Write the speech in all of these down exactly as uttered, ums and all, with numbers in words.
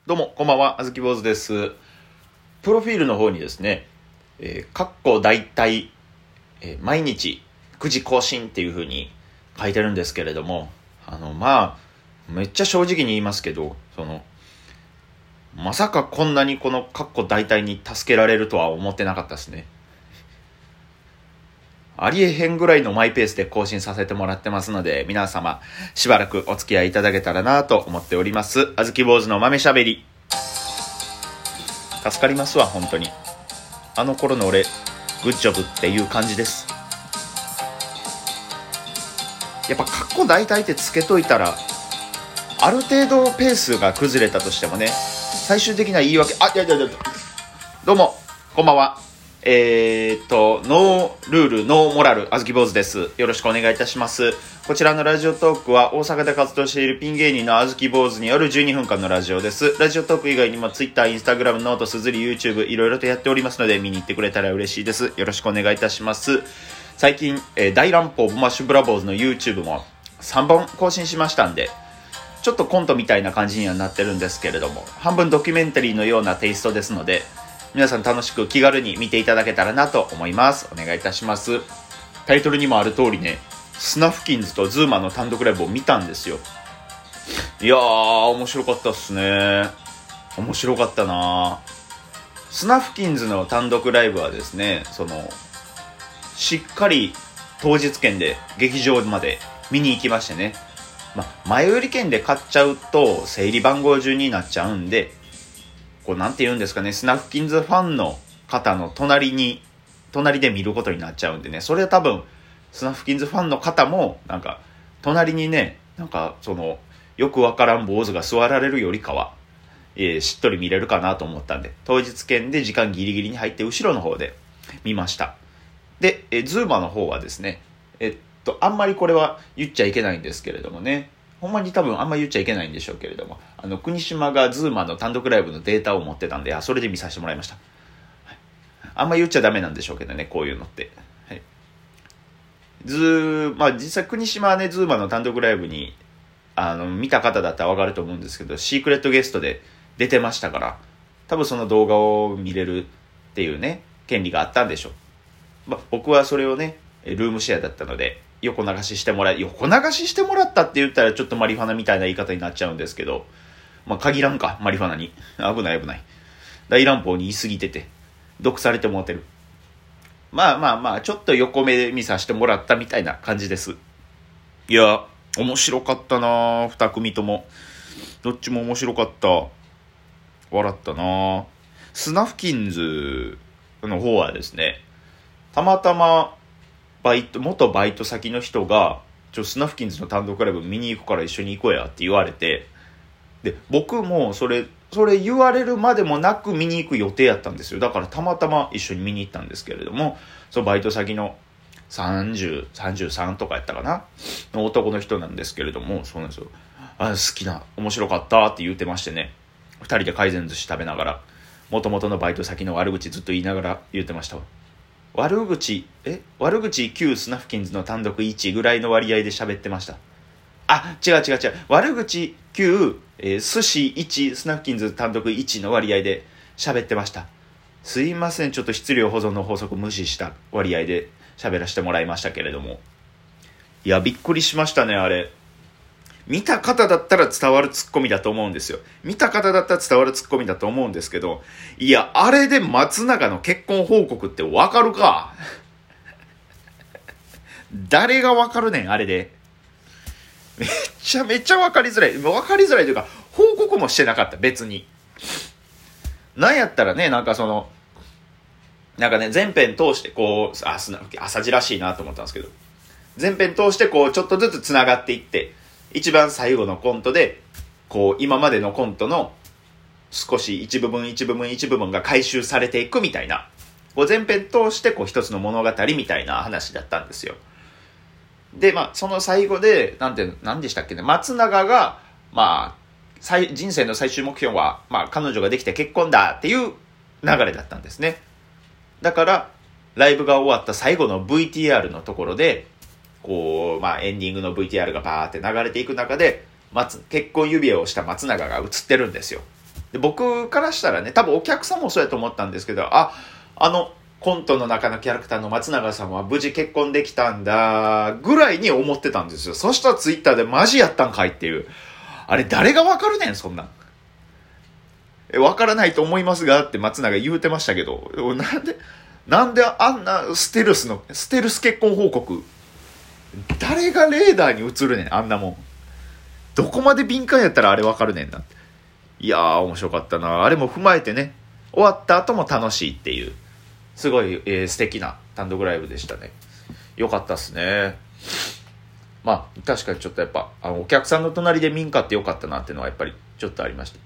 どうもこんばんは、あずき坊主です。プロフィールの方にですね、えー、かっこ大体、えー、毎日くじ更新っていう風に書いてるんですけれども、あのまあめっちゃ正直に言いますけど、そのまさかこんなにこのかっこ大体に助けられるとは思ってなかったですね。ありえへんぐらいのマイペースで更新させてもらってますので、皆様しばらくお付き合いいただけたらなと思っております。あずき坊主の豆しゃべり、助かりますわ。本当にあの頃の俺グッジョブっていう感じです。やっぱカッコ大体ってつけといたら、ある程度ペースが崩れたとしてもね、最終的な言い訳、あ、いやいやいや、どうもこんばんは。えー、っとノールールノーモラルあずき坊主です。よろしくお願いいたします。こちらのラジオトークは大阪で活動しているピン芸人のあずき坊主によるじゅうにふんかんのラジオです。ラジオトーク以外にも Twitter、Instagram、ノート、すずり、YouTube いろいろとやっておりますので、見に行ってくれたら嬉しいです。よろしくお願いいたします。最近、えー、大乱暴ボマッシュブラボーズの YouTube もさんぼん更新しましたんで、ちょっとコントみたいな感じにはなってるんですけれども、半分ドキュメンタリーのようなテイストですので、皆さん楽しく気軽に見ていただけたらなと思います。お願いいたします。タイトルにもある通りね、スナフキンズとズーマの単独ライブを見たんですよ。いやー面白かったっすね。面白かったな。スナフキンズの単独ライブはですね、そのしっかり当日券で劇場まで見に行きましてね、ま、前売り券で買っちゃうと整理番号順になっちゃうんで、こうなんて言うんですかね、スナフキンズファンの方の隣に隣で見ることになっちゃうんでね、それは多分スナフキンズファンの方もなんか隣にね、なんかそのよくわからん坊主が座られるよりかは、えー、しっとり見れるかなと思ったんで、当日券で時間ギリギリに入って後ろの方で見ました。で、えー、ズーマの方はですね、えっとあんまりこれは言っちゃいけないんですけれどもね、ほんまに多分あんま言っちゃいけないんでしょうけれども、あの国島がズーマの単独ライブのデータを持ってたんで、あそれで見させてもらいました。はい、あんま言っちゃダメなんでしょうけどね、こういうのって。はい、ズーまあ実際国島はね、ズーマの単独ライブにあの見た方だったらわかると思うんですけど、シークレットゲストで出てましたから、多分その動画を見れるっていうね、権利があったんでしょう。まあ、僕はそれをね、ルームシェアだったので横流ししてもらい、横流ししてもらったって言ったらちょっとマリファナみたいな言い方になっちゃうんですけど、まあ限らんか、マリファナに。危ない危ない。大乱暴に言い過ぎてて、毒されてもうてる。まあまあまあ、ちょっと横目で見させてもらったみたいな感じです。いや、面白かったな、二組とも。どっちも面白かった。笑ったな。スナフキンズの方はですね、たまたまバイト元バイト先の人がちょスナフキンズの単独ライブ見に行くから一緒に行こうやって言われて、で僕もそれそれ言われるまでもなく見に行く予定やったんですよ。だからたまたま一緒に見に行ったんですけれども、そのバイト先のさんじゅう、さんじゅうさんとかやったかなの男の人なんですけれども、そうなんですよ。あ、好きな、面白かったって言ってましてね、ふたりで回転寿司食べながら元々のバイト先の悪口ずっと言いながら言ってました。悪口え悪口きゅうスナフキンズの単独いちぐらいの割合で喋ってました。あ、違う違う違う、悪口きゅう、えー、寿司いちスナフキンズ単独いちの割合で喋ってました。すいません、ちょっと質量保存の法則無視した割合で喋らせてもらいましたけれども、いやびっくりしましたね。あれ見た方だったら伝わるツッコミだと思うんですよ。見た方だったら伝わるツッコミだと思うんですけど、いやあれで松永の結婚報告ってわかるか誰がわかるねん、あれで。めちゃめちゃわかりづらい。わかりづらいというか、報告もしてなかった、別に。なんやったらね、なんかそのなんかね、全編通してこう、あ、朝地らしいなと思ったんですけど、全編通してこうちょっとずつつながっていって、一番最後のコントでこう今までのコントの少し一部分一部分一部分が回収されていくみたいな、こう全編通してこう一つの物語みたいな話だったんですよ。でまあその最後でなんて何でしたっけね、松永がまあ人生の最終目標はまあ彼女ができて結婚だっていう流れだったんですね。だからライブが終わった最後の ブイティーアール のところでこう、まあ、エンディングの ブイティーアール がバーって流れていく中で松結婚指輪をした松永が映ってるんですよ。 で僕からしたらね、多分お客さんもそうやと思ったんですけど、あ、あのコントの中のキャラクターの松永さんは無事結婚できたんだぐらいに思ってたんですよ。そしたらツイッターでマジやったんかいっていう、あれ誰がわかるねんそんなん。え、わからないと思いますがって松永言うてましたけど、なんでなんであんなステルスのステルス結婚報告、誰がレーダーに映るねんあんなもん。どこまで敏感やったらあれわかるねんな。いやー面白かったな。あれも踏まえてね、終わった後も楽しいっていうすごい、えー、素敵な単独ライブでしたね。よかったっすね。まあ確かにちょっとやっぱあのお客さんの隣で見んかってよかったなっていうのはやっぱりちょっとありました、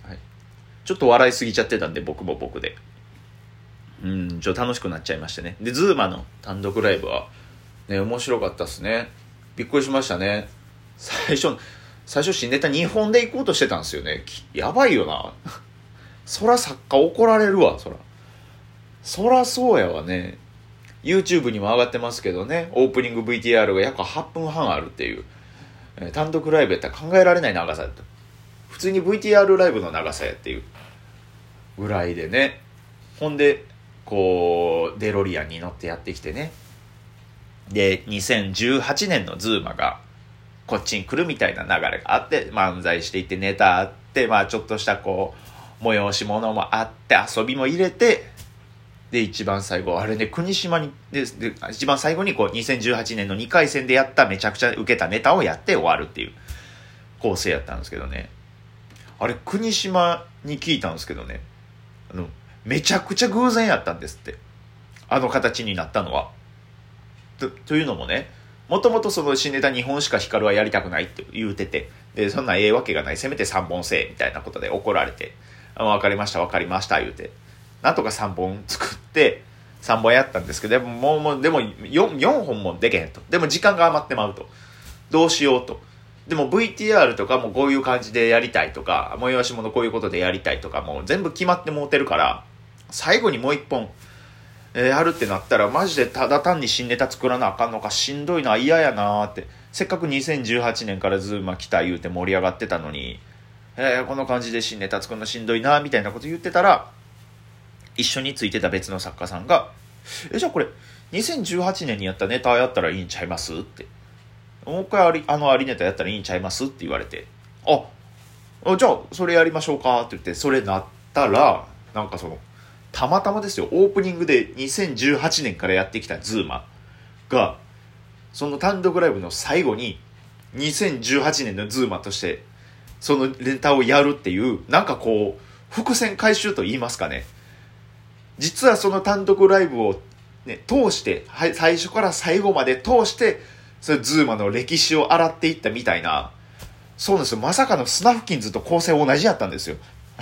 はい、ちょっと笑いすぎちゃってたんで僕も僕でうんちょっと楽しくなっちゃいましてね。でズーマの単独ライブはね面白かったっすね。びっくりしましたね。最初最初新ネタにほんで行こうとしてたんですよね。やばいよなそら作家怒られるわ。そらそらそうやわね。YouTube にも上がってますけどね、オープニング ブイティーアール が約はっぷんはんあるっていう、えー、単独ライブやったら考えられない長さだった。普通に ブイティーアール ライブの長さやっていうぐらいでね。ほんでこうデロリアンに乗ってやってきてね、でにせんじゅうはちねんのズーマがこっちに来るみたいな流れがあって、漫才していってネタあって、まあちょっとしたこう催し物もあって遊びも入れて、で一番最後あれね国島に で, で一番最後にこうにせんじゅうはちねんのにかい戦でやっためちゃくちゃ受けたネタをやって終わるっていう構成やったんですけどね。あれ国島に聞いたんですけどね、あのめちゃくちゃ偶然やったんですって、あの形になったのは。 と, というのもね、もともとその新ネタにほんしか光はやりたくないって言うてて、でそんなええわけがない、せめてさんぼんせえみたいなことで怒られて、あ分かりました分かりました言うてなんとかさんぼん作ってさんぼんやったんですけど、でももうもうでも 4, よんほんもでけへんと。でも時間が余ってまうと、どうしようと。でも ブイティーアール とかもこういう感じでやりたいとか、催し物こういうことでやりたいとかもう全部決まってもうてるから、最後にもう一本、えー、やるってなったらマジでただ単に新ネタ作らなあかんのかしんどいな、嫌やなって。せっかくにせんじゅうはちねんからズーム来た言うて盛り上がってたのに、えー、この感じで新ネタ作るのしんどいなみたいなこと言ってたら、一緒についてた別の作家さんが、えじゃあこれにせんじゅうはちねんにやったネタやったらいいんちゃいますって、もう一回ありあのありネタやったらいいんちゃいますって言われて、あじゃあそれやりましょうかって言って、それなったらなんかそのたまたまですよ、オープニングでにせんじゅうはちねんからやってきたズーマがその単独ライブの最後ににせんじゅうはちねんのズーマとしてそのネタをやるっていう、なんかこう伏線回収と言いますかね、実はその単独ライブを、ね、通して、はい、最初から最後まで通してそれズーマの歴史を洗っていったみたいな。そうなんですよ、まさかのスナフキンズと構成同じやったんですよ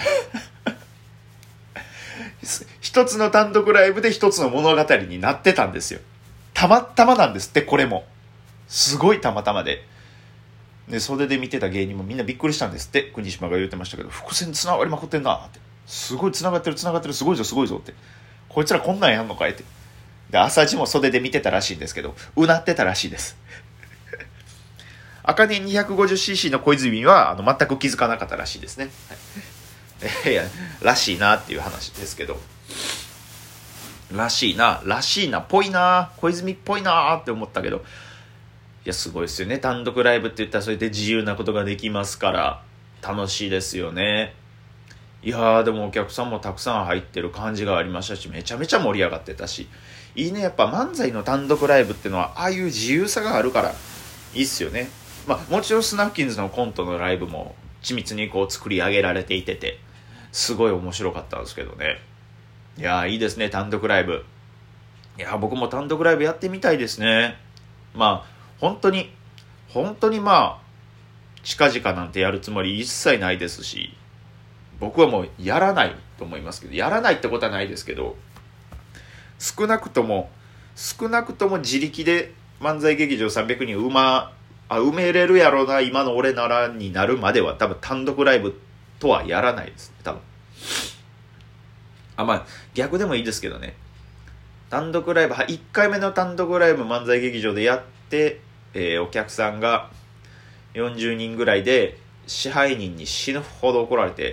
一つの単独ライブで一つの物語になってたんですよ。たまたまなんですって。これもすごいたまたまで、で袖で見てた芸人もみんなびっくりしたんですって。国島が言ってましたけど、伏線つながりまくってんなって、すごいつながってるつながってる、すごいぞすごいぞって、こいつらこんなんやんのかいって。で朝地も袖で見てたらしいんですけど、うなってたらしいです赤根 にひゃくごじゅうシーシー の小泉はあの全く気づかなかったらしいですね、はい、いやらしいなっていう話ですけど、らしいならしいなぽいな小泉っぽいなって思ったけど、いやすごいですよね。単独ライブって言ったらそれで自由なことができますから楽しいですよね。いやーでもお客さんもたくさん入ってる感じがありましたし、めちゃめちゃ盛り上がってたし、いいね。やっぱ漫才の単独ライブっていうのはああいう自由さがあるからいいっすよね。まあもちろんスナフキンズのコントのライブも緻密にこう作り上げられていててすごい面白かったんですけどね。いやーいいですね単独ライブ。いやー僕も単独ライブやってみたいですね。まあ本当に本当にまあ近々なんてやるつもり一切ないですし、僕はもうやらないと思いますけど、やらないってことはないですけど、少なくとも少なくとも自力で漫才劇場さんびゃくにん埋まあ埋めれるやろうな今の俺ならになるまでは多分単独ライブとはやらないですね多分。あまあ逆でもいいですけどね、単独ライブいっかいめの単独ライブ漫才劇場でやって、えー、お客さんがよんじゅうにんぐらいで支配人に死ぬほど怒られて、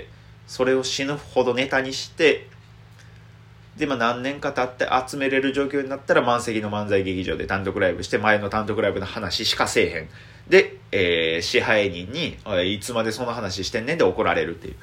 それを死ぬほどネタにして、で、まあ、何年か経って集めれる状況になったら満席の漫才劇場で単独ライブして、前の単独ライブの話しかせえへんで、えー、支配人にいつまでその話してんねんで怒られるっていう、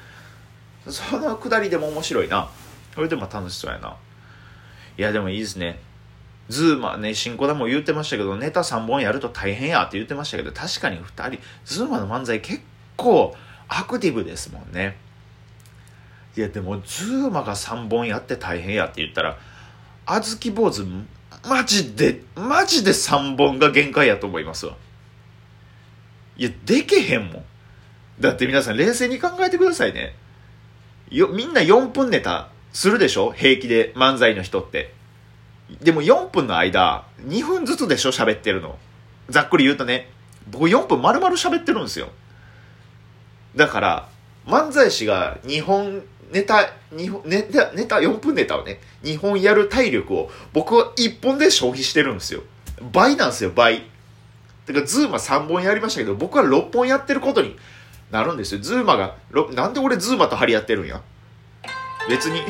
そのくだりでも面白いな。これでも楽しそうやな。いやでもいいですね。ズーマね、新コダも言ってましたけど、ネタさんぼんやると大変やって言ってましたけど、確かにふたりズーマの漫才結構アクティブですもんね。いやでもズーマがさんぼんやって大変やって言ったら、あずき坊主マジでマジでさんぼんが限界やと思いますわ。いやでけへんもん。だって皆さん冷静に考えてくださいね。よみんなよんぷんネタするでしょ、平気で漫才の人って。でもよんぷんの間にふんずつでしょ喋ってるの。ざっくり言うとね、僕よんぷん丸々喋ってるんですよ。だから漫才師がにほんネタにほんネタネタよんぷんネタをねにほんやる体力を僕はいっぽんで消費してるんですよ。倍なんですよ、倍。だからズーマさんぼんやりましたけど、僕はろっぽんやってることになるんですよ。ズーマがなんで俺ズーマと張り合ってるんや。別に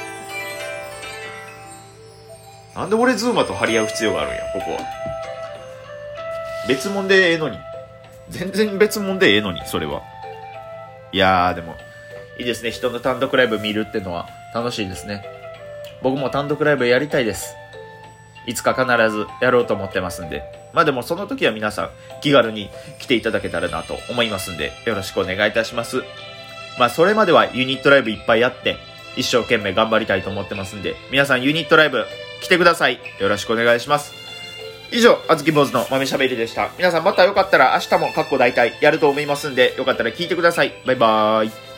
なんで俺ズーマと張り合う必要があるんや。ここは別物でええのに、全然別物でええのに、それは。いやーでもいいですね。人の単独ライブ見るってのは楽しいですね。僕も単独ライブやりたいです。いつか必ずやろうと思ってますんで、まあでもその時は皆さん気軽に来ていただけたらなと思いますんで、よろしくお願いいたします。まあそれまではユニットライブいっぱいやって一生懸命頑張りたいと思ってますんで、皆さんユニットライブ来てください。よろしくお願いします。以上、あずき坊主の豆しゃべりでした。皆さんまたよかったら明日もかっこ大体やると思いますんで、よかったら聞いてください。バイバーイ。